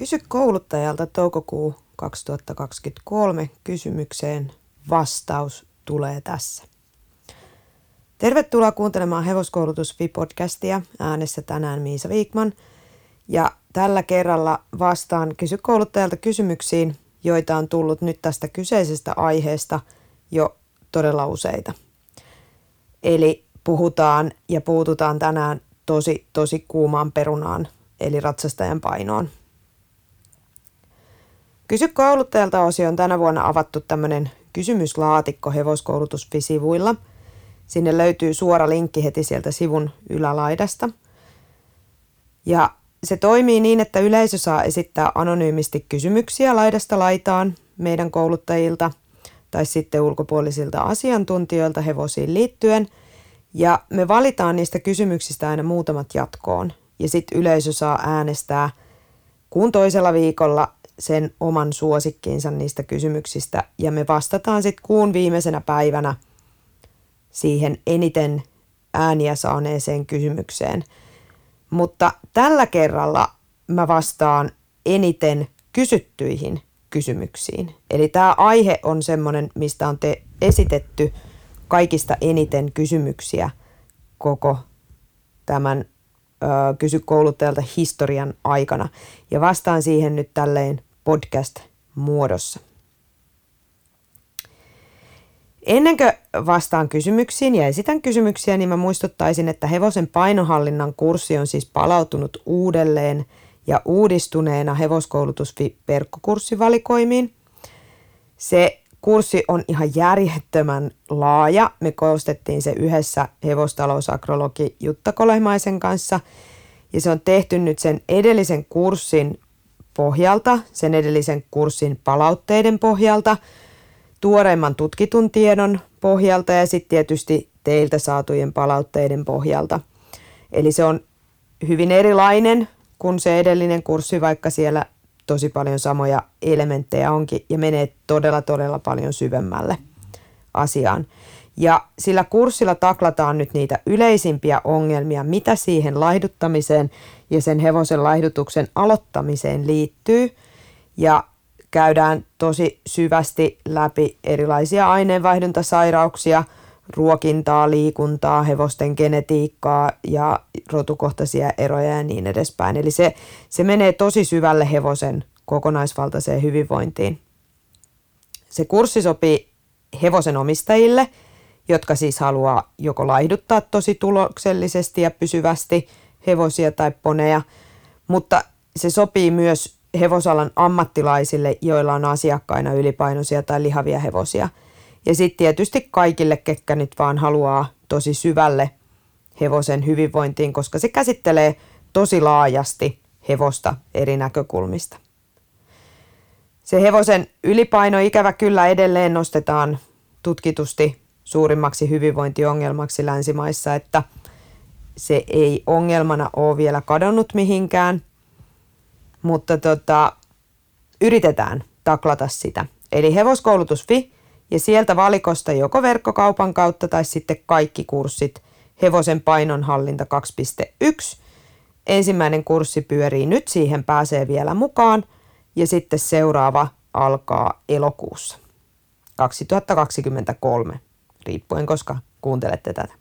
Kysy kouluttajalta toukokuu 2023 kysymykseen vastaus tulee tässä. Tervetuloa kuuntelemaan Hevoskoulutus-podcastia. Äänessä tänään Miisa Viikman. Ja tällä kerralla vastaan Kysy kouluttajalta kysymyksiin, joita on tullut nyt tästä kyseisestä aiheesta jo todella useita. Eli puututaan tänään tosi kuumaan perunaan, eli ratsastajan painoon. Kysy kouluttajalta -osio on tänä vuonna avattu tämmöinen kysymyslaatikko Hevoskoulutus-sivuilla. Sinne löytyy suora linkki heti sieltä sivun ylälaidasta. Ja se toimii niin, että yleisö saa esittää anonyymisti kysymyksiä laidasta laitaan meidän kouluttajilta tai sitten ulkopuolisilta asiantuntijoilta hevosiin liittyen. Ja me valitaan niistä kysymyksistä aina muutamat jatkoon. Ja sitten yleisö saa äänestää kuun toisella viikolla sen oman suosikkiinsa niistä kysymyksistä. Ja me vastataan sitten kuun viimeisenä päivänä siihen eniten ääniä saaneeseen kysymykseen. Mutta tällä kerralla mä vastaan eniten kysyttyihin kysymyksiin. Eli tämä aihe on semmoinen, mistä on esitetty kaikista eniten kysymyksiä koko tämän Kysy kouluttajalta historian aikana. Ja vastaan siihen nyt tälleen podcast-muodossa. Ennen kuin vastaan kysymyksiin ja esitän kysymyksiä, niin mä muistuttaisin, että hevosen painonhallinnan kurssi on siis palautunut uudelleen ja uudistuneena Hevoskoulutus-verkkokurssivalikoimiin. Se kurssi on ihan järjettömän laaja. Me koostettiin se yhdessä hevostalousagrologi Jutta Kolehmaisen kanssa. Ja se on tehty nyt sen edellisen kurssin pohjalta, sen edellisen kurssin palautteiden pohjalta, tuoreimman tutkitun tiedon pohjalta ja sitten tietysti teiltä saatujen palautteiden pohjalta. Eli se on hyvin erilainen kuin se edellinen kurssi, vaikka siellä tosi paljon samoja elementtejä onkin ja menee todella paljon syvemmälle asiaan. Ja sillä kurssilla taklataan nyt niitä yleisimpiä ongelmia, mitä siihen laihduttamiseen ja sen hevosen laihdutuksen aloittamiseen liittyy. Ja käydään tosi syvästi läpi erilaisia aineenvaihduntasairauksia, ruokintaa, liikuntaa, hevosten genetiikkaa ja rotukohtaisia eroja ja niin edespäin. Eli se menee tosi syvälle hevosen kokonaisvaltaiseen hyvinvointiin. Se kurssi sopii hevosen omistajille, jotka siis haluaa joko laihduttaa tosi tuloksellisesti ja pysyvästi hevosia tai poneja, mutta se sopii myös hevosalan ammattilaisille, joilla on asiakkaina ylipainoisia tai lihavia hevosia. Ja sitten tietysti kaikille, ketkä nyt vaan haluaa tosi syvälle hevosen hyvinvointiin, koska se käsittelee tosi laajasti hevosta eri näkökulmista. Se hevosen ylipaino ikävä kyllä edelleen nostetaan tutkitusti suurimmaksi hyvinvointiongelmaksi länsimaissa, että se ei ongelmana ole vielä kadonnut mihinkään, mutta yritetään taklata sitä. Eli hevoskoulutus.fi ja sieltä valikosta joko verkkokaupan kautta tai sitten kaikki kurssit Hevosen painonhallinta 2.1. Ensimmäinen kurssi pyörii nyt, siihen pääsee vielä mukaan ja sitten seuraava alkaa elokuussa 2023, riippuen koska kuuntelette tätä.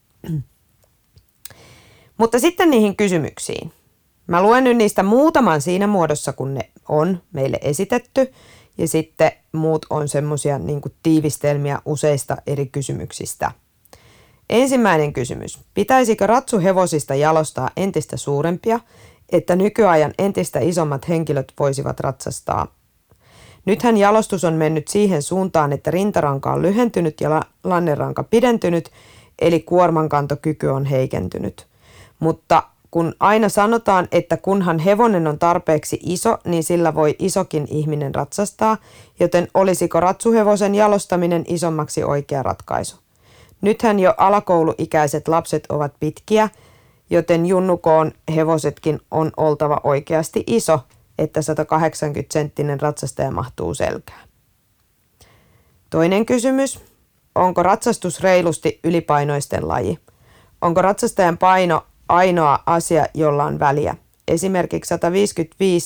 Mutta sitten niihin kysymyksiin. Mä luen nyt niistä muutaman siinä muodossa, kun ne on meille esitetty. Ja sitten muut on semmoisia niin kuin tiivistelmiä useista eri kysymyksistä. Ensimmäinen kysymys. Pitäisikö ratsuhevosista jalostaa entistä suurempia, että nykyajan entistä isommat henkilöt voisivat ratsastaa? Nythän jalostus on mennyt siihen suuntaan, että rintaranka on lyhentynyt ja lanneranka pidentynyt, eli kuormankantokyky on heikentynyt. Mutta kun aina sanotaan, että kunhan hevonen on tarpeeksi iso, niin sillä voi isokin ihminen ratsastaa, joten olisiko ratsuhevosen jalostaminen isommaksi oikea ratkaisu? Nythän jo alakouluikäiset lapset ovat pitkiä, joten junnukoon hevosetkin on oltava oikeasti iso, että 180-senttinen ratsastaja mahtuu selkään. Toinen kysymys. Onko ratsastus reilusti ylipainoisten laji? Onko ratsastajan paino ainoa asia, jolla on väliä? Esimerkiksi 155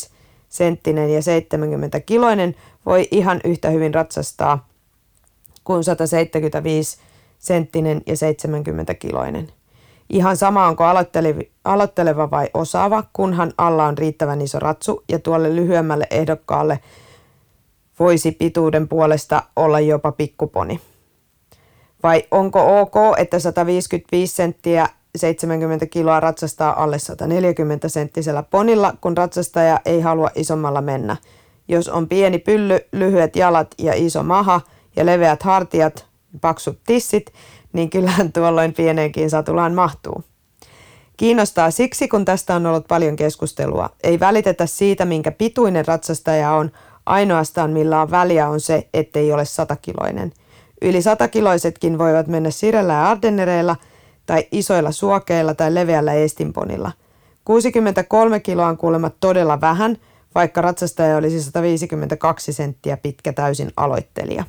senttinen ja 70 kiloinen voi ihan yhtä hyvin ratsastaa kuin 175 senttinen ja 70 kiloinen. Ihan sama onko aloitteleva vai osaava, kunhan alla on riittävän iso ratsu ja tuolle lyhyemmälle ehdokkaalle voisi pituuden puolesta olla jopa pikkuponi. Vai onko ok, että 155 senttiä 70 kiloa ratsastaa alle 140 senttisellä ponilla, kun ratsastaja ei halua isommalla mennä. Jos on pieni pylly, lyhyet jalat ja iso maha ja leveät hartiat, paksut tissit, niin kyllähän tuolloin pieneenkin satulaan mahtuu. Kiinnostaa siksi, kun tästä on ollut paljon keskustelua. Ei välitetä siitä, minkä pituinen ratsastaja on, ainoastaan millä on väliä on se, ettei ole 100-kiloinen. Yli 100-kiloisetkin voivat mennä sirellä ja ardennereilla tai isoilla suokeilla tai leveällä estinponilla. 63 kiloa on kuulemma todella vähän, vaikka ratsastaja olisi 152 senttiä pitkä täysin aloittelija.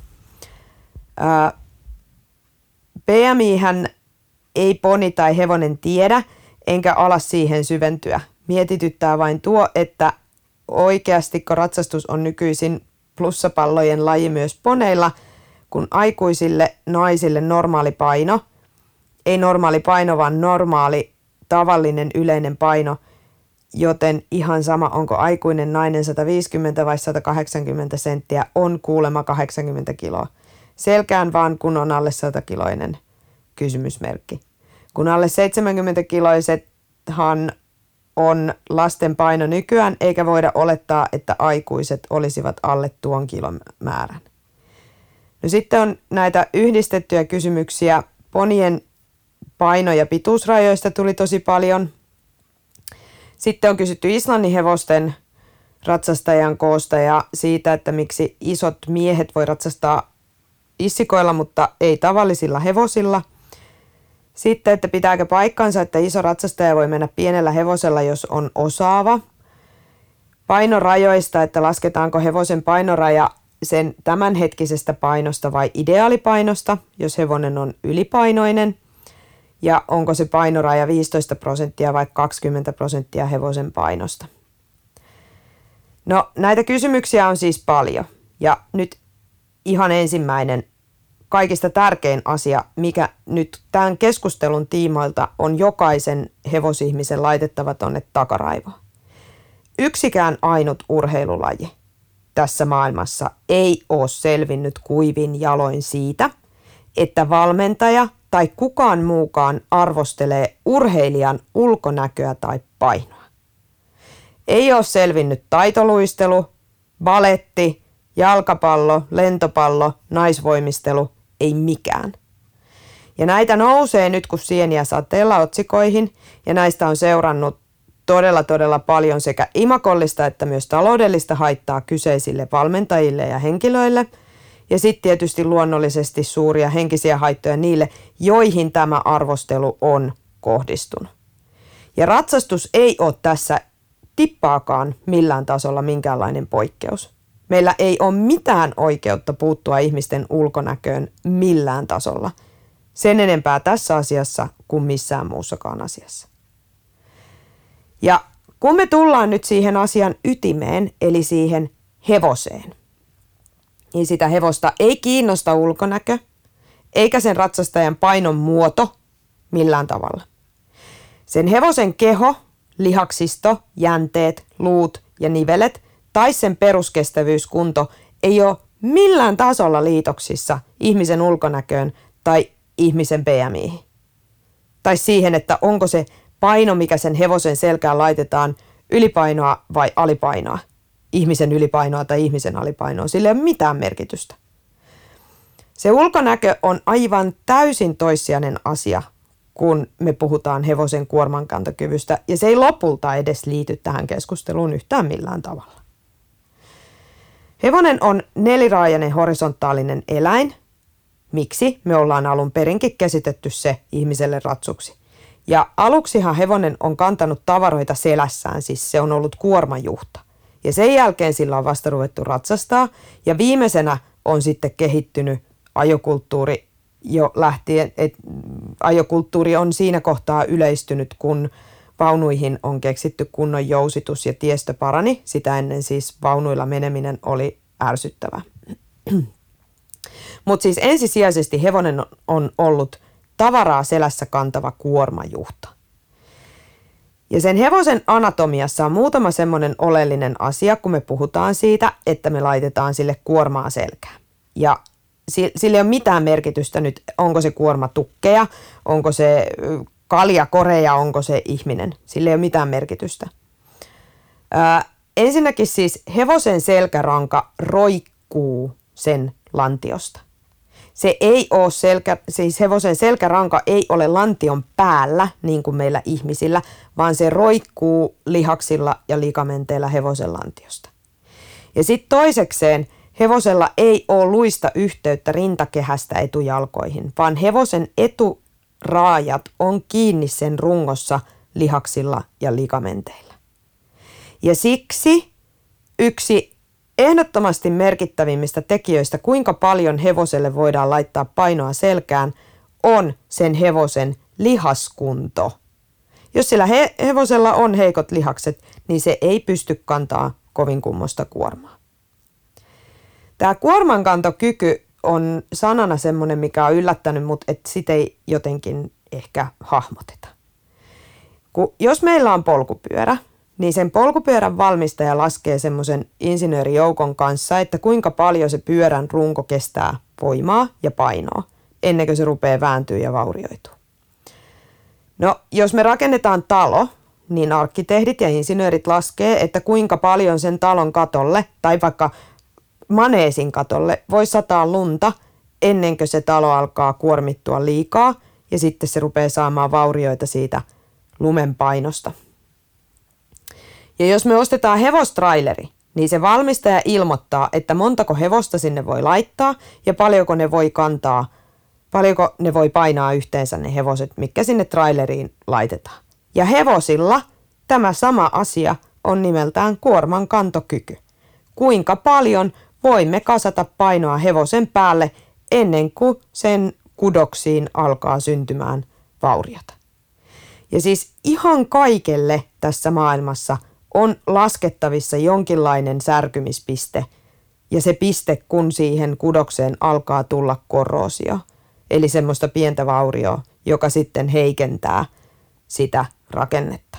BMI:hän ei poni tai hevonen tiedä, enkä ala siihen syventyä. Mietityttää vain tuo, että oikeastiko ratsastus on nykyisin plussapallojen laji myös poneilla, kun aikuisille naisille normaali paino, ei normaali paino, vaan normaali tavallinen yleinen paino, joten ihan sama onko aikuinen nainen 150 vai 180 senttiä, on kuulemma 80 kiloa. Selkään vaan kun on alle 100-kiloinen kysymysmerkki. Kun alle 70-kiloisethan on lasten paino nykyään, eikä voida olettaa, että aikuiset olisivat alle tuon kilomäärän. No sitten on näitä yhdistettyjä kysymyksiä. Ponien paino- ja pituusrajoista tuli tosi paljon. Sitten on kysytty Islannin hevosten ratsastajan koosta ja siitä, että miksi isot miehet voi ratsastaa issikoilla, mutta ei tavallisilla hevosilla. Sitten, että pitääkö paikkansa, että iso ratsastaja voi mennä pienellä hevosella, jos on osaava. Painorajoista, että lasketaanko hevosen painoraja sen tämänhetkisestä painosta vai ideaalipainosta, jos hevonen on ylipainoinen. Ja onko se painoraja 15% vai 20% hevosen painosta. No, näitä kysymyksiä on siis paljon. Ja nyt ihan ensimmäinen, kaikista tärkein asia, mikä nyt tämän keskustelun tiimoilta on jokaisen hevosihmisen laitettava tonne takaraivoon. Yksikään ainut urheilulaji tässä maailmassa ei ole selvinnyt kuivin jaloin siitä, että valmentaja tai kukaan muukaan arvostelee urheilijan ulkonäköä tai painoa. Ei ole selvinnyt taitoluistelu, baletti, jalkapallo, lentopallo, naisvoimistelu, ei mikään. Ja näitä nousee nyt kun sieniä sateella otsikoihin ja näistä on seurannut todella paljon sekä imakollista että myös taloudellista haittaa kyseisille valmentajille ja henkilöille. Ja sitten tietysti luonnollisesti suuria henkisiä haittoja niille, joihin tämä arvostelu on kohdistunut. Ja ratsastus ei ole tässä tippaakaan millään tasolla minkäänlainen poikkeus. Meillä ei ole mitään oikeutta puuttua ihmisten ulkonäköön millään tasolla. Sen enempää tässä asiassa kuin missään muussakaan asiassa. Ja kun me tullaan nyt siihen asian ytimeen, eli siihen hevoseen, niin sitä hevosta ei kiinnosta ulkonäkö, eikä sen ratsastajan painon muoto millään tavalla. Sen hevosen keho, lihaksisto, jänteet, luut ja nivelet tai sen peruskestävyyskunto ei ole millään tasolla liitoksissa ihmisen ulkonäköön tai ihmisen BMI:hin. Tai siihen, että onko se paino, mikä sen hevosen selkään laitetaan, ylipainoa vai alipainoa. Ihmisen ylipainoa tai ihmisen alipainoa. Sillä ei ole mitään merkitystä. Se ulkonäkö on aivan täysin toissijainen asia, kun me puhutaan hevosen kuormankantokyvystä, ja se ei lopulta edes liity tähän keskusteluun yhtään millään tavalla. Hevonen on neliraajainen horisontaalinen eläin. Miksi? Me ollaan alun perinkin käsitetty se ihmiselle ratsuksi. Ja aluksihan hevonen on kantanut tavaroita selässään, siis se on ollut kuormajuhta. Ja sen jälkeen sillä on vasta ruvettu ratsastaa, ja viimeisenä on sitten kehittynyt ajokulttuuri jo lähtien, ajokulttuuri on siinä kohtaa yleistynyt, kun vaunuihin on keksitty kunnon jousitus ja tiestö parani. Sitä ennen siis vaunuilla meneminen oli ärsyttävää. Mutta siis ensisijaisesti hevonen on ollut tavaraa selässä kantava kuormajuhta. Ja sen hevosen anatomiassa on muutama semmoinen oleellinen asia, kun me puhutaan siitä, että me laitetaan sille kuormaa selkään. Ja sillä ei ole mitään merkitystä nyt, onko se kuorma tukkeja, onko se kaljakoreja, onko se ihminen. Sillä ei ole mitään merkitystä. Ensinnäkin siis hevosen selkäranka roikkuu sen lantiosta. Se ei ole siis hevosen selkäranka ei ole lantion päällä, niin kuin meillä ihmisillä, vaan se roikkuu lihaksilla ja ligamenteilla hevosen lantiosta. Ja sitten toisekseen hevosella ei ole luista yhteyttä rintakehästä etujalkoihin, vaan hevosen eturaajat on kiinni sen rungossa lihaksilla ja ligamenteilla. Ja siksi yksi ehdottomasti merkittävimmistä tekijöistä, kuinka paljon hevoselle voidaan laittaa painoa selkään, on sen hevosen lihaskunto. Jos sillä hevosella on heikot lihakset, niin se ei pysty kantaa kovin kummosta kuormaa. Tämä kuormankantokyky on sanana semmoinen, mikä on yllättänyt, mutta sitä ei jotenkin ehkä hahmoteta. Jos meillä on polkupyörä, niin sen polkupyörän valmistaja laskee semmoisen insinöörijoukon kanssa, että kuinka paljon se pyörän runko kestää voimaa ja painoa, ennen kuin se rupeaa vääntyä ja vaurioituu. No, jos me rakennetaan talo, niin arkkitehdit ja insinöörit laskee, että kuinka paljon sen talon katolle tai vaikka maneesin katolle voi sataa lunta, ennen kuin se talo alkaa kuormittua liikaa ja sitten se rupeaa saamaan vaurioita siitä lumen painosta. Ja jos me ostetaan hevostraileri, niin se valmistaja ilmoittaa, että montako hevosta sinne voi laittaa ja paljonko ne voi kantaa, paljonko ne voi painaa yhteensä ne hevoset, mitkä sinne traileriin laitetaan. Ja hevosilla tämä sama asia on nimeltään kuorman kantokyky. Kuinka paljon voimme kasata painoa hevosen päälle ennen kuin sen kudoksiin alkaa syntymään vauriota. Ja siis ihan kaikelle tässä maailmassa on laskettavissa jonkinlainen särkymispiste ja se piste, kun siihen kudokseen alkaa tulla korroosio, eli semmoista pientä vaurioa, joka sitten heikentää sitä rakennetta.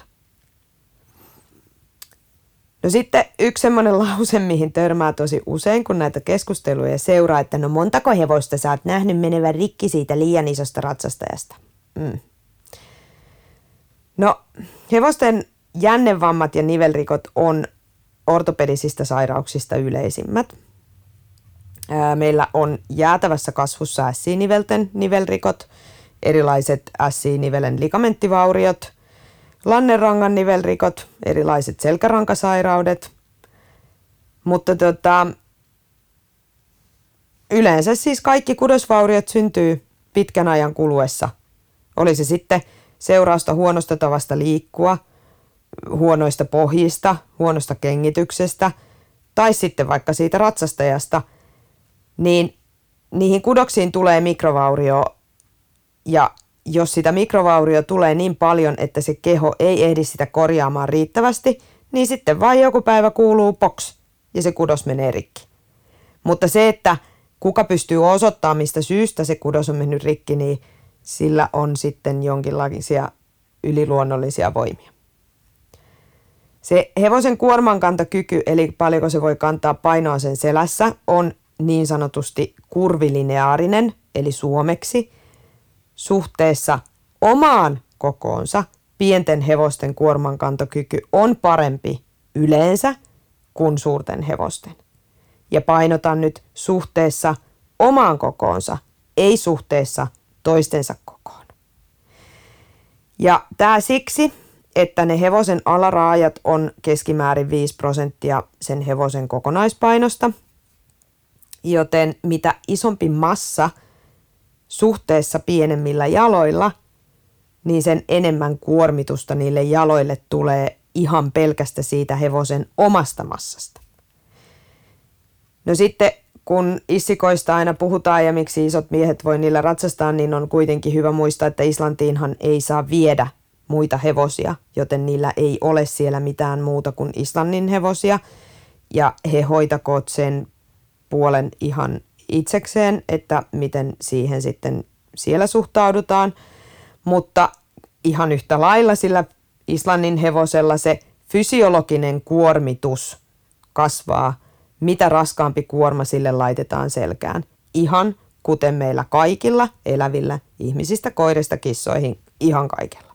No sitten yksi semmoinen lause, mihin törmää tosi usein, kun näitä keskusteluja seuraa, että no montako hevosta sä oot nähnyt menevän rikki siitä liian isosta ratsastajasta? No, hevosten jännevammat ja nivelrikot on ortopedisistä sairauksista yleisimmät. Meillä on jäätävässä kasvussa SI-nivelten nivelrikot, erilaiset SI-nivelen ligamenttivauriot, lannerangan nivelrikot, erilaiset selkärankasairaudet, mutta yleensä siis kaikki kudosvauriot syntyy pitkän ajan kuluessa. Oli se sitten seurausta huonosta tavasta liikkua, huonoista pohjista, huonosta kengityksestä tai sitten vaikka siitä ratsastajasta, niin niihin kudoksiin tulee mikrovaurio ja jos sitä mikrovaurio tulee niin paljon, että se keho ei ehdi sitä korjaamaan riittävästi, niin sitten vain joku päivä kuuluu poks ja se kudos menee rikki. Mutta se, että kuka pystyy osoittamaan, mistä syystä se kudos on mennyt rikki, niin sillä on sitten jonkinlaisia yliluonnollisia voimia. Se hevosen kuormankantokyky, eli paljonko se voi kantaa painoa sen selässä, on niin sanotusti kurvilineaarinen, eli suomeksi, suhteessa omaan kokoonsa pienten hevosten kuormankantokyky on parempi yleensä kuin suurten hevosten. Ja painotan nyt suhteessa omaan kokoonsa, ei suhteessa toistensa kokoon. Ja tämä siksi, että ne hevosen alaraajat on keskimäärin 5% sen hevosen kokonaispainosta, joten mitä isompi massa suhteessa pienemmillä jaloilla, niin sen enemmän kuormitusta niille jaloille tulee ihan pelkästä siitä hevosen omasta massasta. No sitten kun issikoista aina puhutaan ja miksi isot miehet voi niillä ratsastaa, niin on kuitenkin hyvä muistaa, että Islantiinhan ei saa viedä muita hevosia, joten niillä ei ole siellä mitään muuta kuin Islannin hevosia. Ja he hoitakoot sen puolen ihan itsekseen, että miten siihen sitten siellä suhtaudutaan. Mutta ihan yhtä lailla sillä Islannin hevosella se fysiologinen kuormitus kasvaa, mitä raskaampi kuorma sille laitetaan selkään. Ihan kuten meillä kaikilla elävillä ihmisistä, koirista, kissoihin, ihan kaikilla.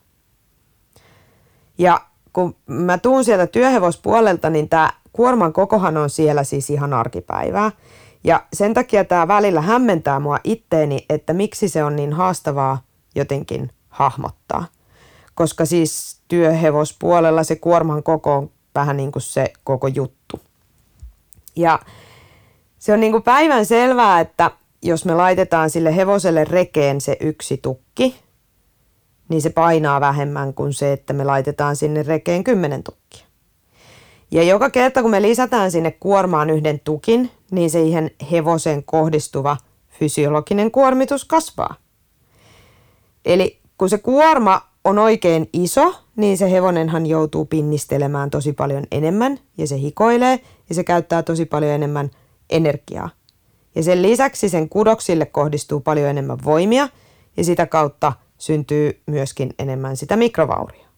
Ja kun mä tuun sieltä työhevospuolelta, niin tämä kuorman kokohan on siellä siis ihan arkipäivää. Ja sen takia tämä välillä hämmentää mua itteeni, että miksi se on niin haastavaa jotenkin hahmottaa. Koska siis työhevospuolella se kuorman koko on vähän niin kuin se koko juttu. Ja se on niin kuin päivän selvää, että jos me laitetaan sille hevoselle rekeen se yksi tukki, niin se painaa vähemmän kuin se, että me laitetaan sinne rekeen 10 tukkia. Ja joka kerta, kun me lisätään sinne kuormaan yhden tukin, niin siihen hevosen kohdistuva fysiologinen kuormitus kasvaa. Eli kun se kuorma on oikein iso, niin se hevonenhan joutuu pinnistelemään tosi paljon enemmän ja se hikoilee ja se käyttää tosi paljon enemmän energiaa. Ja sen lisäksi sen kudoksille kohdistuu paljon enemmän voimia ja sitä kautta syntyy myöskin enemmän sitä mikrovaurioa.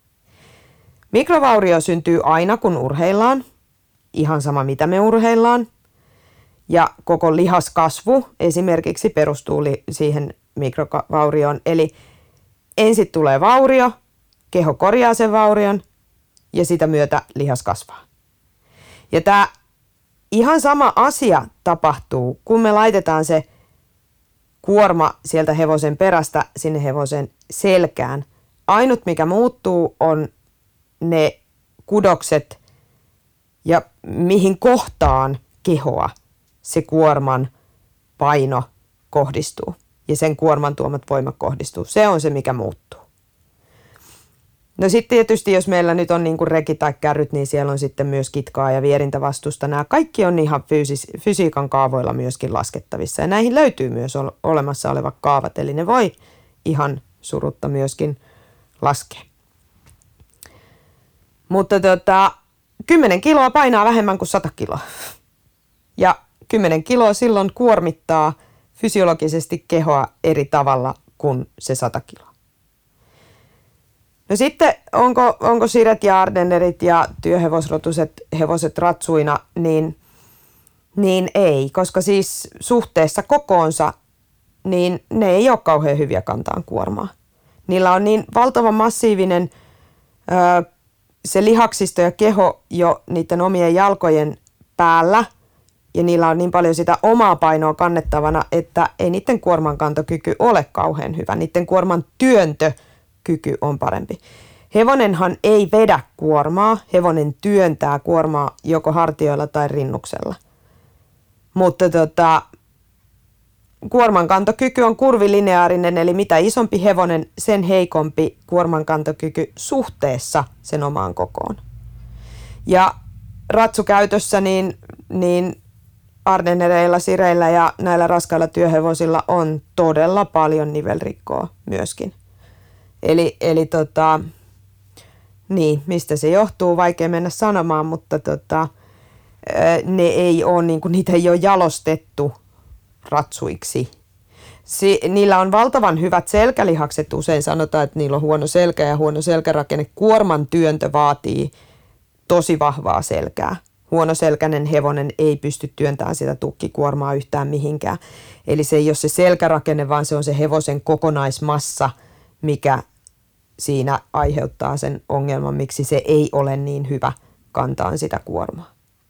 Mikrovaurio syntyy aina kun urheillaan, ihan sama mitä me urheillaan. Ja koko lihaskasvu esimerkiksi perustuu siihen mikrovaurioon. Eli ensin tulee vaurio, keho korjaa sen vaurion ja sitä myötä lihas kasvaa. Ja tämä ihan sama asia tapahtuu, kun me laitetaan se kuorma sieltä hevosen perästä sinne hevosen selkään. Ainut mikä muuttuu on ne kudokset ja mihin kohtaan kehoa se kuorman paino kohdistuu ja sen kuorman tuomat voimat kohdistuu. Se on se, mikä muuttuu. No sitten tietysti, jos meillä nyt on niin kuin reki tai kärryt, niin siellä on sitten myös kitkaa ja vierintävastusta. Nämä kaikki on ihan fysiikan kaavoilla myöskin laskettavissa. Ja näihin löytyy myös olemassa olevat kaavat, eli ne voi ihan surutta myöskin laskea. Mutta 10 kiloa painaa vähemmän kuin 100 kiloa. Ja 10 kiloa silloin kuormittaa fysiologisesti kehoa eri tavalla kuin se 100 kiloa. No sitten onko siret ja ardennerit ja työhevosrotuiset hevoset ratsuina, niin ei, koska siis suhteessa kokoonsa, niin ne ei ole kauhean hyviä kantaan kuormaa. Niillä on niin valtavan massiivinen se lihaksisto ja keho jo niiden omien jalkojen päällä, ja niillä on niin paljon sitä omaa painoa kannettavana, että ei niiden kuormankantokyky ole kauhean hyvä. Niiden kuorman työntökyky on parempi. Hevonenhan ei vedä kuormaa, hevonen työntää kuormaa joko hartioilla tai rinnuksella. Mutta kuormankantokyky on kurvilineaarinen, eli mitä isompi hevonen, sen heikompi kuormankantokyky suhteessa sen omaan kokoon. Ja ratsukäytössä niin ardennereilla, sireillä ja näillä raskailla työhevosilla on todella paljon nivelrikkoa myöskin. Eli niin, mistä se johtuu, vaikea mennä sanomaan, mutta ne ei ole, niin kuin, niitä ei ole jalostettu ratsuiksi. Niillä on valtavan hyvät selkälihakset, usein sanotaan, että niillä on huono selkä ja huono selkärakenne. Kuorman työntö vaatii tosi vahvaa selkää. Huonoselkäinen hevonen ei pysty työntämään sitä tukkikuormaa yhtään mihinkään. Eli se ei ole se selkärakenne, vaan se on se hevosen kokonaismassa, mikä siinä aiheuttaa sen ongelman, miksi se ei ole niin hyvä kantaa sitä kuormaa.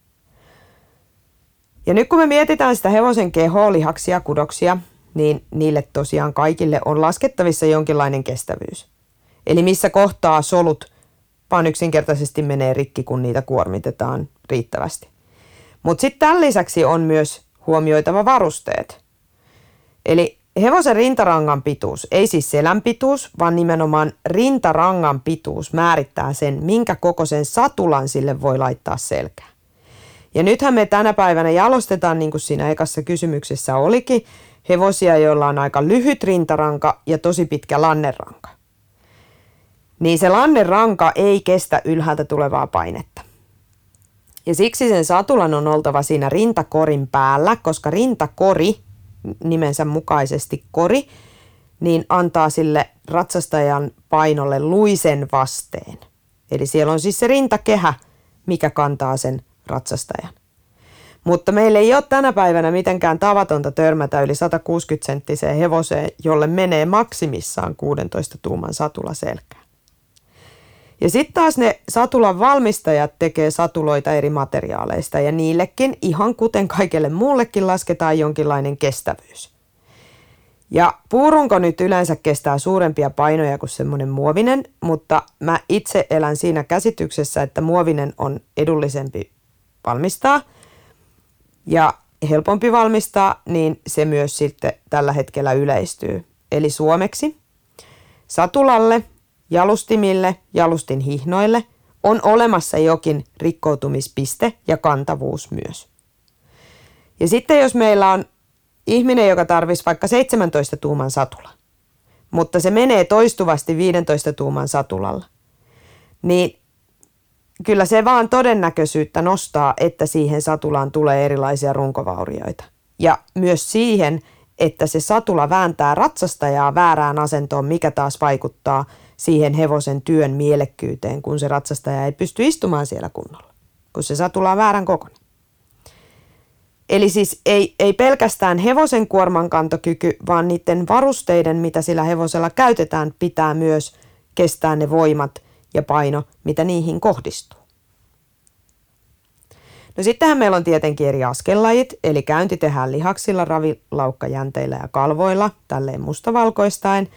Ja nyt kun me mietitään sitä hevosen kehoa, lihaksia, kudoksia, niin niille tosiaan kaikille on laskettavissa jonkinlainen kestävyys. Eli missä kohtaa solut vaan yksinkertaisesti menee rikki, kun niitä kuormitetaan riittävästi. Mutta sitten tämän lisäksi on myös huomioitava varusteet. Eli hevosen rintarangan pituus, ei siis selän pituus, vaan nimenomaan rintarangan pituus määrittää sen, minkä kokoisen satulan sille voi laittaa selkään. Ja nythän me tänä päivänä jalostetaan, niin kuin siinä ekassa kysymyksessä olikin, hevosia, joilla on aika lyhyt rintaranka ja tosi pitkä lanneranka. niin se lanneranka ei kestä ylhäältä tulevaa painetta. Ja siksi sen satulan on oltava siinä rintakorin päällä, koska rintakori, nimensä mukaisesti kori, niin antaa sille ratsastajan painolle luisen vasteen. Eli siellä on siis se rintakehä, mikä kantaa sen ratsastajan. Mutta meillä ei ole tänä päivänä mitenkään tavatonta törmätä yli 160-senttiseen hevoseen, jolle menee maksimissaan 16 tuuman satula selkään. Ja sitten taas ne satulan valmistajat tekee satuloita eri materiaaleista ja niillekin, ihan kuten kaikelle muullekin, lasketaan jonkinlainen kestävyys. Ja puurunko nyt yleensä kestää suurempia painoja kuin semmoinen muovinen, mutta mä itse elän siinä käsityksessä, että muovinen on edullisempi valmistaa ja helpompi valmistaa, niin se myös sitten tällä hetkellä yleistyy. Eli suomeksi satulalle, jalustimille, jalustinhihnoille on olemassa jokin rikkoutumispiste ja kantavuus myös. Ja sitten jos meillä on ihminen, joka tarvitsisi vaikka 17 tuuman satula, mutta se menee toistuvasti 15 tuuman satulalla, niin kyllä se vaan todennäköisyyttä nostaa, että siihen satulaan tulee erilaisia runkovaurioita. Ja myös siihen, että se satula vääntää ratsastajaa väärään asentoon, mikä taas vaikuttaa siihen hevosen työn mielekkyyteen, kun se ratsastaja ei pysty istumaan siellä kunnolla, kun se satula on väärän kokoinen. Eli siis ei pelkästään hevosen kuormankantokyky, vaan niiden varusteiden, mitä sillä hevosella käytetään, pitää myös kestää ne voimat ja paino, mitä niihin kohdistuu. No sittenhän meillä on tietenkin eri askellajit, eli käynti tehdään lihaksilla, ravilaukkajänteillä ja kalvoilla, tälleen mustavalkoistaen.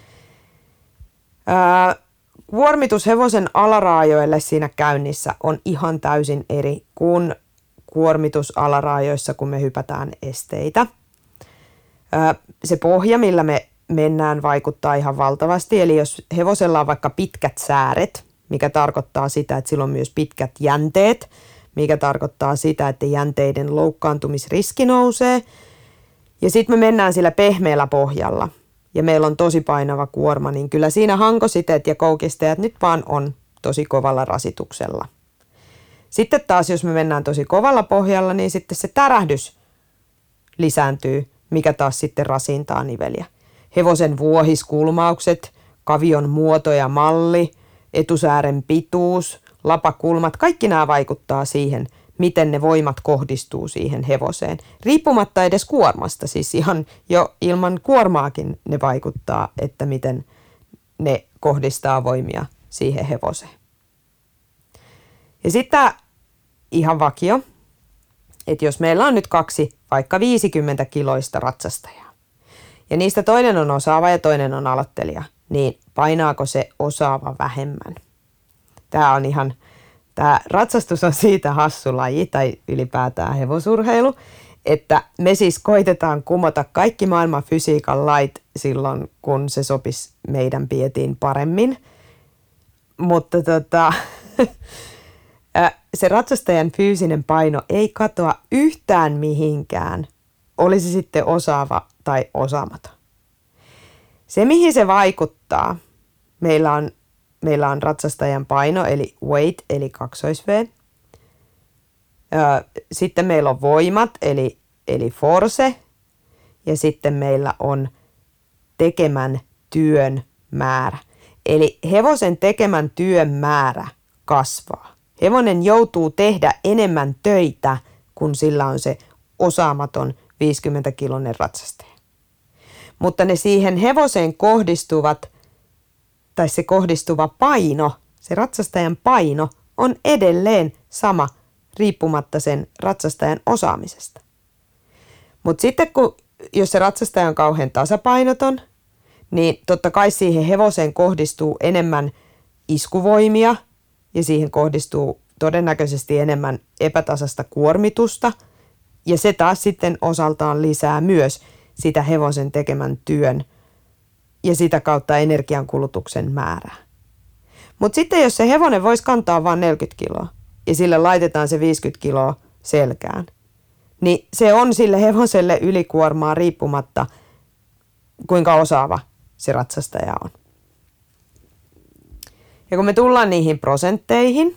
Kuormitus hevosen alaraajoille siinä käynnissä on ihan täysin eri kuin kuormitus alaraajoissa, kun me hypätään esteitä. Se pohja, millä me mennään, vaikuttaa ihan valtavasti. Eli jos hevosella on vaikka pitkät sääret, mikä tarkoittaa sitä, että sillä on myös pitkät jänteet, mikä tarkoittaa sitä, että jänteiden loukkaantumisriski nousee. Ja sitten me mennään sillä pehmeällä pohjalla ja meillä on tosi painava kuorma, niin kyllä siinä hankositeet ja koukistajat nyt vaan on tosi kovalla rasituksella. Sitten taas, jos me mennään tosi kovalla pohjalla, niin sitten se tärähdys lisääntyy, mikä taas sitten rasintaa niveliä. Hevosen vuohiskulmaukset, kavion muoto ja malli, etusäären pituus, lapakulmat, kaikki nämä vaikuttaa siihen, miten ne voimat kohdistuu siihen hevoseen. Riippumatta edes kuormasta, siis ihan jo ilman kuormaakin ne vaikuttaa, että miten ne kohdistaa voimia siihen hevoseen. Ja sitten ihan vakio, että jos meillä on nyt kaksi vaikka 50 kiloista ratsastajaa, ja niistä toinen on osaava ja toinen on aloittelija, niin painaako se osaava vähemmän? Tämä ratsastus on siitä hassu laji, tai ylipäätään hevosurheilu, että me siis koitetaan kumota kaikki maailman fysiikan lait silloin, kun se sopisi meidän pietiin paremmin. Mutta se ratsastajan fyysinen paino ei katoa yhtään mihinkään, olisi sitten osaava tai osaamaton. Se, mihin se vaikuttaa, meillä on ratsastajan paino, eli weight, eli kaksois-V. Sitten meillä on voimat, eli force. Ja sitten meillä on tekemän työn määrä. Eli hevosen tekemän työn määrä kasvaa. Hevonen joutuu tehdä enemmän töitä, kun sillä on se osaamaton 50-kiloinen ratsastaja. Mutta ne siihen hevoseen kohdistuva paino, se ratsastajan paino, on edelleen sama riippumatta sen ratsastajan osaamisesta. Mutta sitten jos se ratsastaja on kauhean tasapainoton, niin totta kai siihen hevoseen kohdistuu enemmän iskuvoimia ja siihen kohdistuu todennäköisesti enemmän epätasasta kuormitusta ja se taas sitten osaltaan lisää myös sitä hevosen tekemän työn ja sitä kautta energiankulutuksen määrää. Mutta sitten jos se hevonen voisi kantaa vain 40 kiloa ja sille laitetaan se 50 kiloa selkään, niin se on sille hevoselle ylikuormaa riippumatta kuinka osaava se ratsastaja on. Ja kun me tullaan niihin prosentteihin,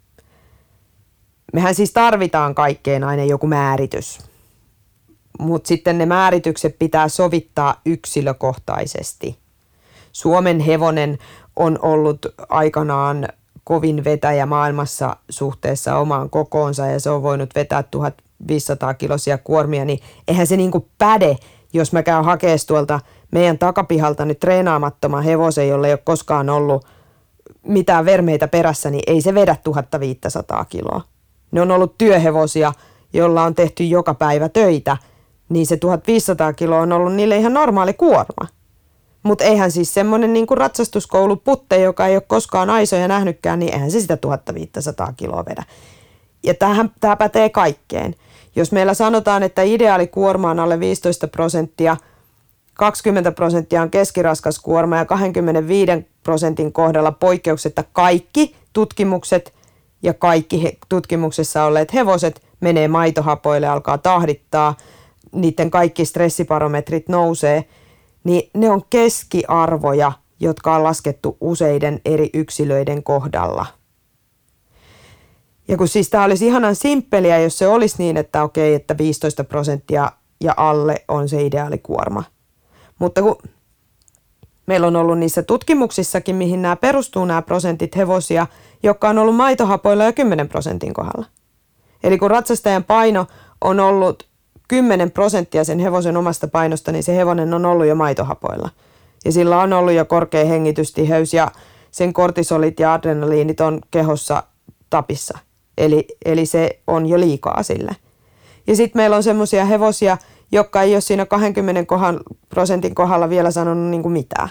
mehän siis tarvitaan kaikkeen aina joku määritys. Mutta sitten ne määritykset pitää sovittaa yksilökohtaisesti. Suomen hevonen on ollut aikanaan kovin vetäjä maailmassa suhteessa omaan kokoonsa ja se on voinut vetää 1500 kiloisia kuormia, niin eihän se niinku päde, jos mä käyn hakemaan tuolta meidän takapihalta nyt treenaamattoman hevosen, jolle ei ole koskaan ollut mitään vermeitä perässä, niin ei se vedä 1500 kiloa. Ne on ollut työhevosia, jolla on tehty joka päivä töitä, niin se 1500 kiloa on ollut niille ihan normaali kuorma. Mutta eihän siis semmoinen niinku ratsastuskouluputte, joka ei ole koskaan aisoja nähnytkään, niin eihän se sitä 1500 kiloa vedä. Ja tämä pätee kaikkeen. Jos meillä sanotaan, että ideaalikuorma on alle 15%, 20% on keskiraskas kuorma ja 25% kohdalla poikkeuksetta kaikki tutkimukset ja kaikki tutkimuksessa olleet hevoset menee maitohapoille, alkaa tahdittaa, niiden kaikki stressibarometrit nousee, niin ne on keskiarvoja, jotka on laskettu useiden eri yksilöiden kohdalla. Ja kun siis tämä olisi ihanan simppeliä, jos se olisi niin, että okei, että 15% ja alle on se ideaalikuorma. Mutta kun meillä on ollut niissä tutkimuksissakin, mihin nämä perustuu nämä prosentit hevosia, jotka on ollut maitohapoilla jo 10% kohdalla. Eli kun ratsastajan paino on ollut 10% sen hevosen omasta painosta, niin se hevonen on ollut jo maitohapoilla. Ja sillä on ollut jo korkea hengitystiheys ja sen kortisolit ja adrenaliinit on kehossa tapissa. Eli se on jo liikaa sille. Ja sitten meillä on semmoisia hevosia, jotka ei ole siinä 20% kohdalla vielä sanonut niin kuin mitään.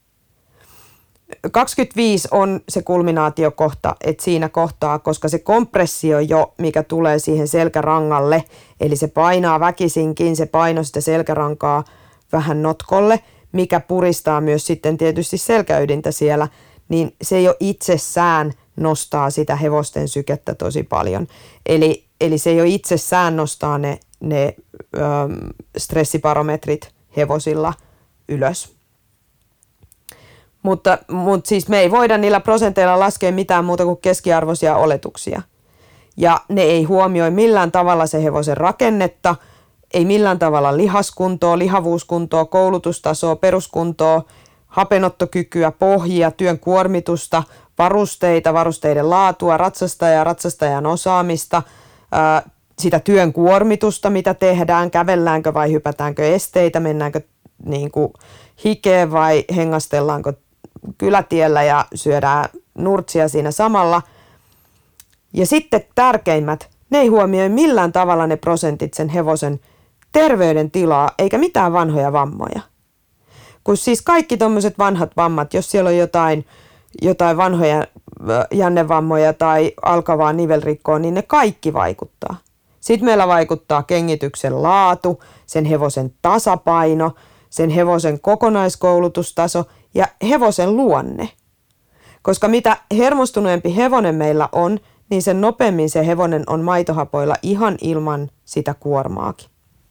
25 on se kulminaatiokohta, että siinä kohtaa, koska se kompressio jo, mikä tulee siihen selkärangalle, eli se painaa väkisinkin, se paino sitä selkärankaa vähän notkolle, mikä puristaa myös sitten tietysti selkäydintä siellä, niin se jo itsessään nostaa sitä hevosten sykettä tosi paljon. Eli se jo itsessään nostaa ne stressibarometrit hevosilla ylös. Mutta siis me ei voida niillä prosenteilla laskea mitään muuta kuin keskiarvoisia oletuksia. Ja ne ei huomioi millään tavalla se hevosen rakennetta, ei millään tavalla lihaskuntoa, lihavuuskuntoa, koulutustasoa, peruskuntoa, hapenottokykyä, pohjia, työn kuormitusta, varusteita, varusteiden laatua, ratsastajan osaamista, sitä työn kuormitusta, mitä tehdään, kävelläänkö vai hypätäänkö esteitä, mennäänkö niin kuin hikeen vai hengastellaanko kylätiellä ja syödään nurtsia siinä samalla. Ja sitten tärkeimmät, ne ei huomioi millään tavalla ne prosentit sen hevosen terveydentilaa eikä mitään vanhoja vammoja. Kun siis kaikki tommoset vanhat vammat, jos siellä on jotain vanhoja jännevammoja tai alkavaa nivelrikkoa, niin ne kaikki vaikuttaa. Sitten meillä vaikuttaa kengityksen laatu, sen hevosen tasapaino, sen hevosen kokonaiskoulutustaso ja hevosen luonne. Koska mitä hermostuneempi hevonen meillä on, niin sen nopeammin se hevonen on maitohapoilla ihan ilman sitä kuormaakin.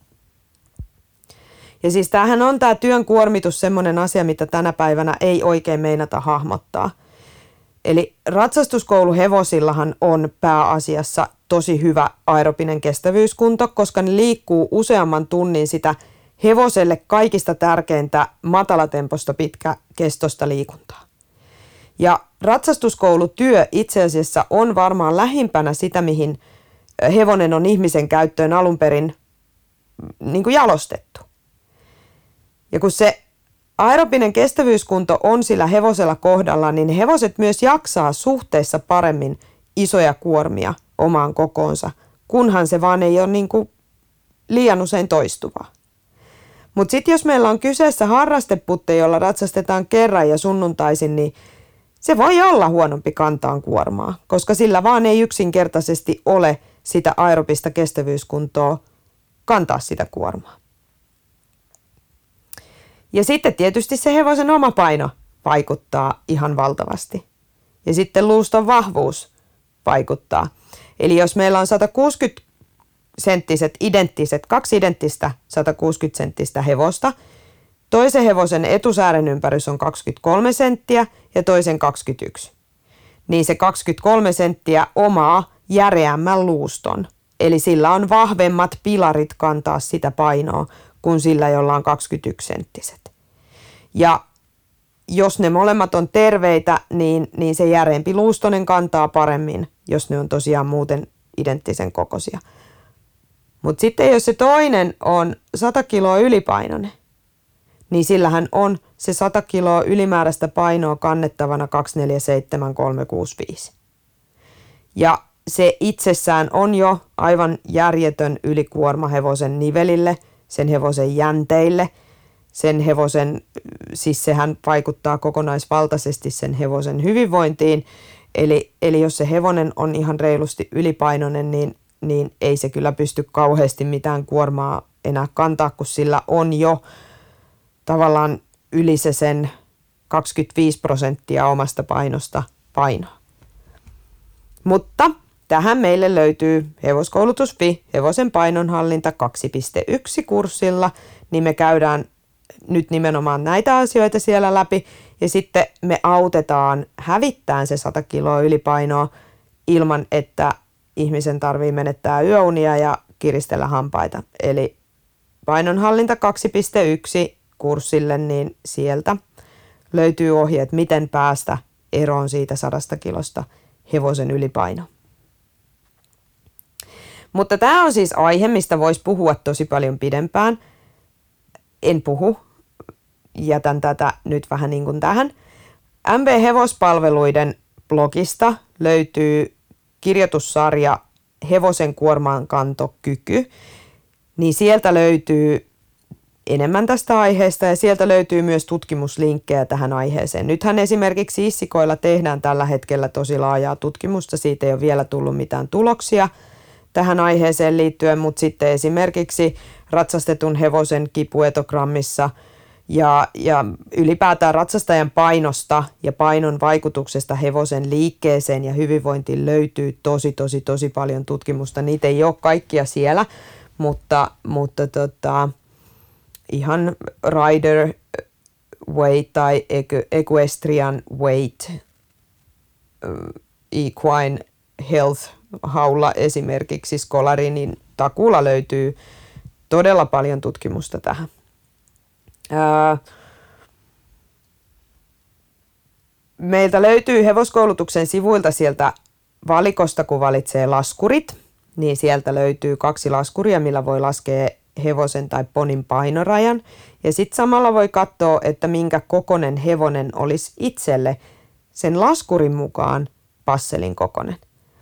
Ja siis tämähän on tämä työn kuormitus semmoinen asia, mitä tänä päivänä ei oikein meinata hahmottaa. Eli ratsastuskouluhevosillahan on pääasiassa tosi hyvä aerobinen kestävyyskunto, koska ne liikkuu useamman tunnin sitä hevoselle kaikista tärkeintä matalatemposta pitkäkestoista liikuntaa. Ja ratsastuskoulutyö itse asiassa on varmaan lähimpänä sitä, mihin hevonen on ihmisen käyttöön alun perin niin kuin jalostettu. Ja kun se aerobinen kestävyyskunto on sillä hevosella kohdalla, niin hevoset myös jaksaa suhteessa paremmin isoja kuormia omaan kokoonsa, kunhan se vaan ei ole niin kuin liian usein toistuvaa. Mutta sitten jos meillä on kyseessä harrasteputte, jolla ratsastetaan kerran ja sunnuntaisin, niin se voi olla huonompi kantaan kuormaa, koska sillä vaan ei yksinkertaisesti ole sitä aerobista kestävyyskuntoa kantaa sitä kuormaa. Ja sitten tietysti se hevosen oma paino vaikuttaa ihan valtavasti. Ja sitten luuston vahvuus vaikuttaa. Eli jos meillä on 160-senttiset identtiset, kaksi identtistä 160-senttistä hevosta, toisen hevosen etusäären ympärys on 23 senttiä ja toisen 21. niin se 23 senttiä omaa järeämmän luuston. Eli sillä on vahvemmat pilarit kantaa sitä painoa kuin sillä, jolla on 21 senttiset. Ja jos ne molemmat on terveitä, niin se järeempi luustonen kantaa paremmin, jos ne on tosiaan muuten identtisen kokoisia. Mutta sitten jos se toinen on 100 kiloa ylipainoinen, niin sillähän on se 100 kiloa ylimääräistä painoa kannettavana 247365. Ja se itsessään on jo aivan järjetön ylikuorma hevosen nivelille, sen hevosen jänteille, sen hevosen, siis sehän vaikuttaa kokonaisvaltaisesti sen hevosen hyvinvointiin. Eli jos se hevonen on ihan reilusti ylipainoinen, niin ei se kyllä pysty kauheasti mitään kuormaa enää kantaa, kun sillä on jo tavallaan yli se sen 25% omasta painosta painoa. Mutta tähän meille löytyy Hevoskoulutus.fi hevosen painonhallinta 2.1 kurssilla, niin me käydään nyt nimenomaan näitä asioita siellä läpi ja sitten me autetaan hävittämään se 100 kiloa ylipainoa ilman, että ihmisen tarvii menettää yöunia ja kiristellä hampaita. Eli painonhallinta 2.1 kurssille, niin sieltä löytyy ohjeet, miten päästä eroon siitä 100 kilosta hevosen ylipaino. Mutta tämä on siis aihe, mistä voisi puhua tosi paljon pidempään. En puhu. Jätän tätä nyt vähän niin kuin tähän. MV Hevospalveluiden blogista löytyy kirjoitussarja Hevosen kuormankantokyky. Niin sieltä löytyy enemmän tästä aiheesta ja sieltä löytyy myös tutkimuslinkkejä tähän aiheeseen. Nythän esimerkiksi issikoilla tehdään tällä hetkellä tosi laajaa tutkimusta. Siitä ei ole vielä tullut mitään tuloksia tähän aiheeseen liittyen, mutta sitten esimerkiksi ratsastetun hevosen kipuetogrammissa ja ylipäätään ratsastajan painosta ja painon vaikutuksesta hevosen liikkeeseen ja hyvinvointiin löytyy tosi paljon tutkimusta. Niitä ei ole kaikkia siellä, mutta ihan rider weight tai equestrian weight, equine health haulla esimerkiksi Scholarinin takuulla löytyy todella paljon tutkimusta tähän. Meiltä löytyy hevoskoulutuksen sivuilta sieltä valikosta, kun valitsee laskurit, niin sieltä löytyy 2 laskuria, millä voi laskea hevosen tai ponin painorajan. Ja sitten samalla voi katsoa, että minkä kokoinen hevonen olisi itselle sen laskurin mukaan passelin kokoinen.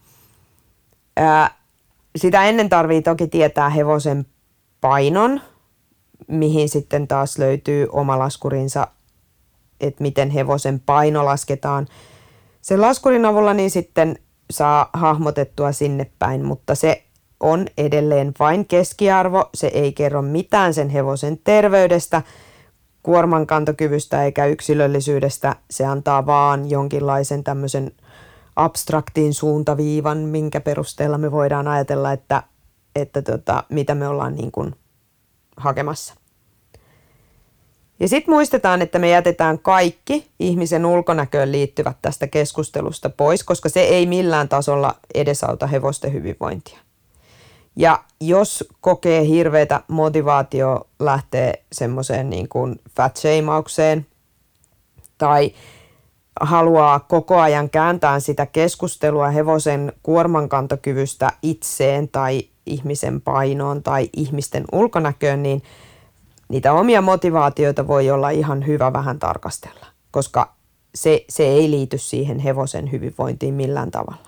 Sitä ennen tarvii toki tietää hevosen painon, mihin sitten taas löytyy oma laskurinsa, että miten hevosen paino lasketaan. Sen laskurin avulla niin sitten saa hahmotettua sinne päin, mutta se on edelleen vain keskiarvo. Se ei kerro mitään sen hevosen terveydestä, kuormankantokyvystä eikä yksilöllisyydestä. Se antaa vaan jonkinlaisen tämmöisen abstraktin suuntaviivan, minkä perusteella me voidaan ajatella, että mitä me ollaan niin kuin hakemassa. Ja sitten muistetaan, että me jätetään kaikki ihmisen ulkonäköön liittyvät tästä keskustelusta pois, koska se ei millään tasolla edesauta hevosten hyvinvointia. Ja jos kokee hirveätä motivaatio lähtee semmoiseen niin kuin fat-shamaukseen tai haluaa koko ajan kääntää sitä keskustelua hevosen kuormankantokyvystä itseen tai ihmisen painoon tai ihmisten ulkonäköön, niin niitä omia motivaatioita voi olla ihan hyvä vähän tarkastella, koska se ei liity siihen hevosen hyvinvointiin millään tavalla.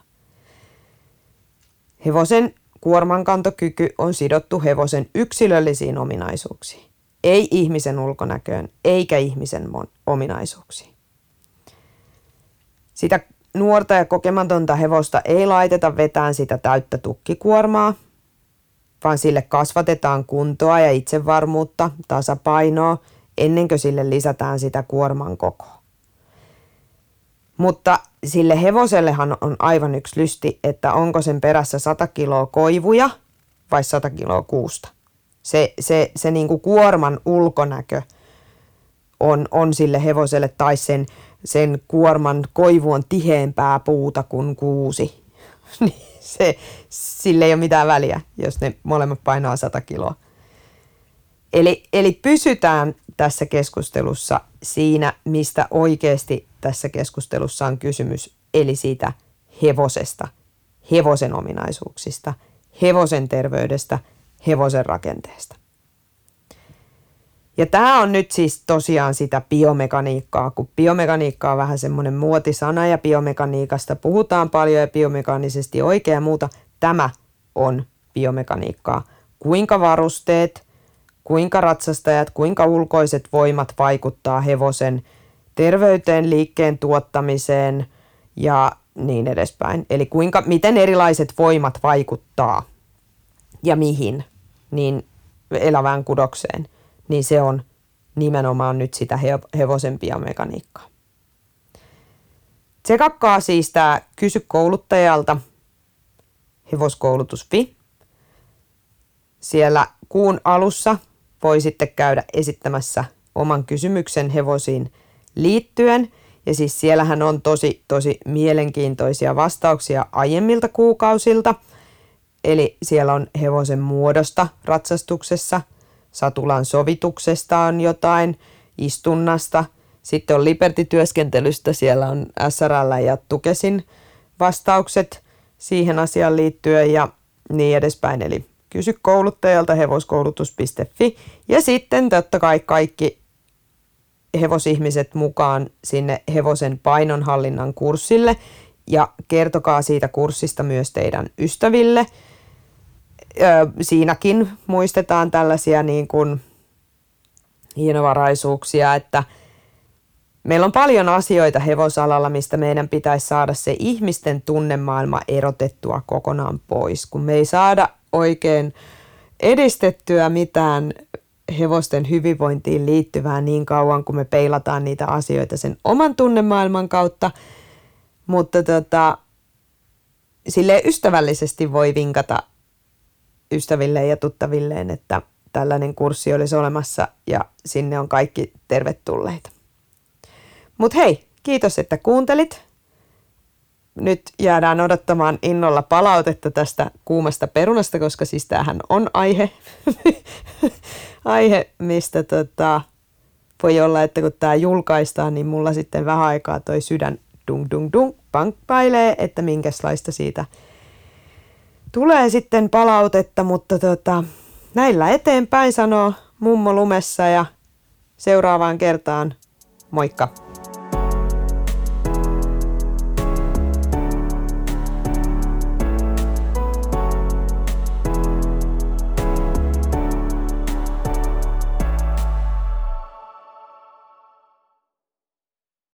Hevosen kuormankantokyky on sidottu hevosen yksilöllisiin ominaisuuksiin, ei ihmisen ulkonäköön eikä ihmisen ominaisuuksiin. Sitä nuorta ja kokematonta hevosta ei laiteta vetään sitä täyttä tukkikuormaa, vaan sille kasvatetaan kuntoa ja itsevarmuutta, tasapainoa, ennen kuin sille lisätään sitä kuorman kokoa. Mutta sille hevosellehan on aivan yksi lysti, että onko sen perässä 100 kiloa koivuja vai 100 kiloa kuusta. Se niin kuin kuorman ulkonäkö on sille hevoselle tai sen sen kuorman koivu on tiheämpää puuta kuin kuusi. Niin sille ei ole mitään väliä, jos ne molemmat painaa 100 kiloa. Eli pysytään tässä keskustelussa siinä, mistä oikeasti tässä keskustelussa on kysymys, eli siitä hevosesta, hevosen ominaisuuksista, hevosen terveydestä, hevosen rakenteesta. Ja tämä on nyt siis tosiaan sitä biomekaniikkaa, kun biomekaniikka on vähän semmoinen muotisana ja biomekaniikasta puhutaan paljon ja biomekaanisesti oikein ja muuta. Tämä on biomekaniikkaa. Kuinka varusteet, kuinka ratsastajat, kuinka ulkoiset voimat vaikuttaa hevosen terveyteen, liikkeen tuottamiseen ja niin edespäin. Eli miten erilaiset voimat vaikuttaa ja mihin, niin elävään kudokseen, niin se on nimenomaan nyt sitä hevosen biomekaniikkaa. Tsekakkaa siis tämä Kysy kouluttajalta hevoskoulutus.fi. Siellä kuun alussa voi sitten käydä esittämässä oman kysymyksen hevosiin liittyen. Ja siis siellähän on tosi mielenkiintoisia vastauksia aiemmilta kuukausilta. Eli siellä on hevosen muodosta ratsastuksessa, satulan sovituksesta on jotain, istunnasta. Sitten on Liberty-työskentelystä, siellä on SRL ja Tukesin vastaukset siihen asiaan liittyen ja niin edespäin. Eli Kysy kouluttajalta hevoskoulutus.fi ja sitten totta kai kaikki hevosihmiset mukaan sinne hevosen painonhallinnan kurssille ja kertokaa siitä kurssista myös teidän ystäville. Siinäkin muistetaan tällaisia niin kuin hienovaraisuuksia, että meillä on paljon asioita hevosalalla, mistä meidän pitäisi saada se ihmisten tunnemaailma erotettua kokonaan pois, kun me ei saada oikein edistettyä mitään hevosten hyvinvointiin liittyvää niin kauan, kun me peilataan niitä asioita sen oman tunnemaailman kautta, mutta silleen ystävällisesti voi vinkata ystävilleen ja tuttavilleen, että tällainen kurssi olisi olemassa ja sinne on kaikki tervetulleita. Mut hei, kiitos, että kuuntelit. Nyt jäädään odottamaan innolla palautetta tästä kuumasta perunasta, koska siis tämähän on aihe, mistä voi olla, että kun tämä julkaistaan, niin mulla sitten vähän aikaa toi sydän dung pankkailee, että minkälaista siitä tulee sitten palautetta, mutta näillä eteenpäin sanoo mummo lumessa ja seuraavaan kertaan moikka!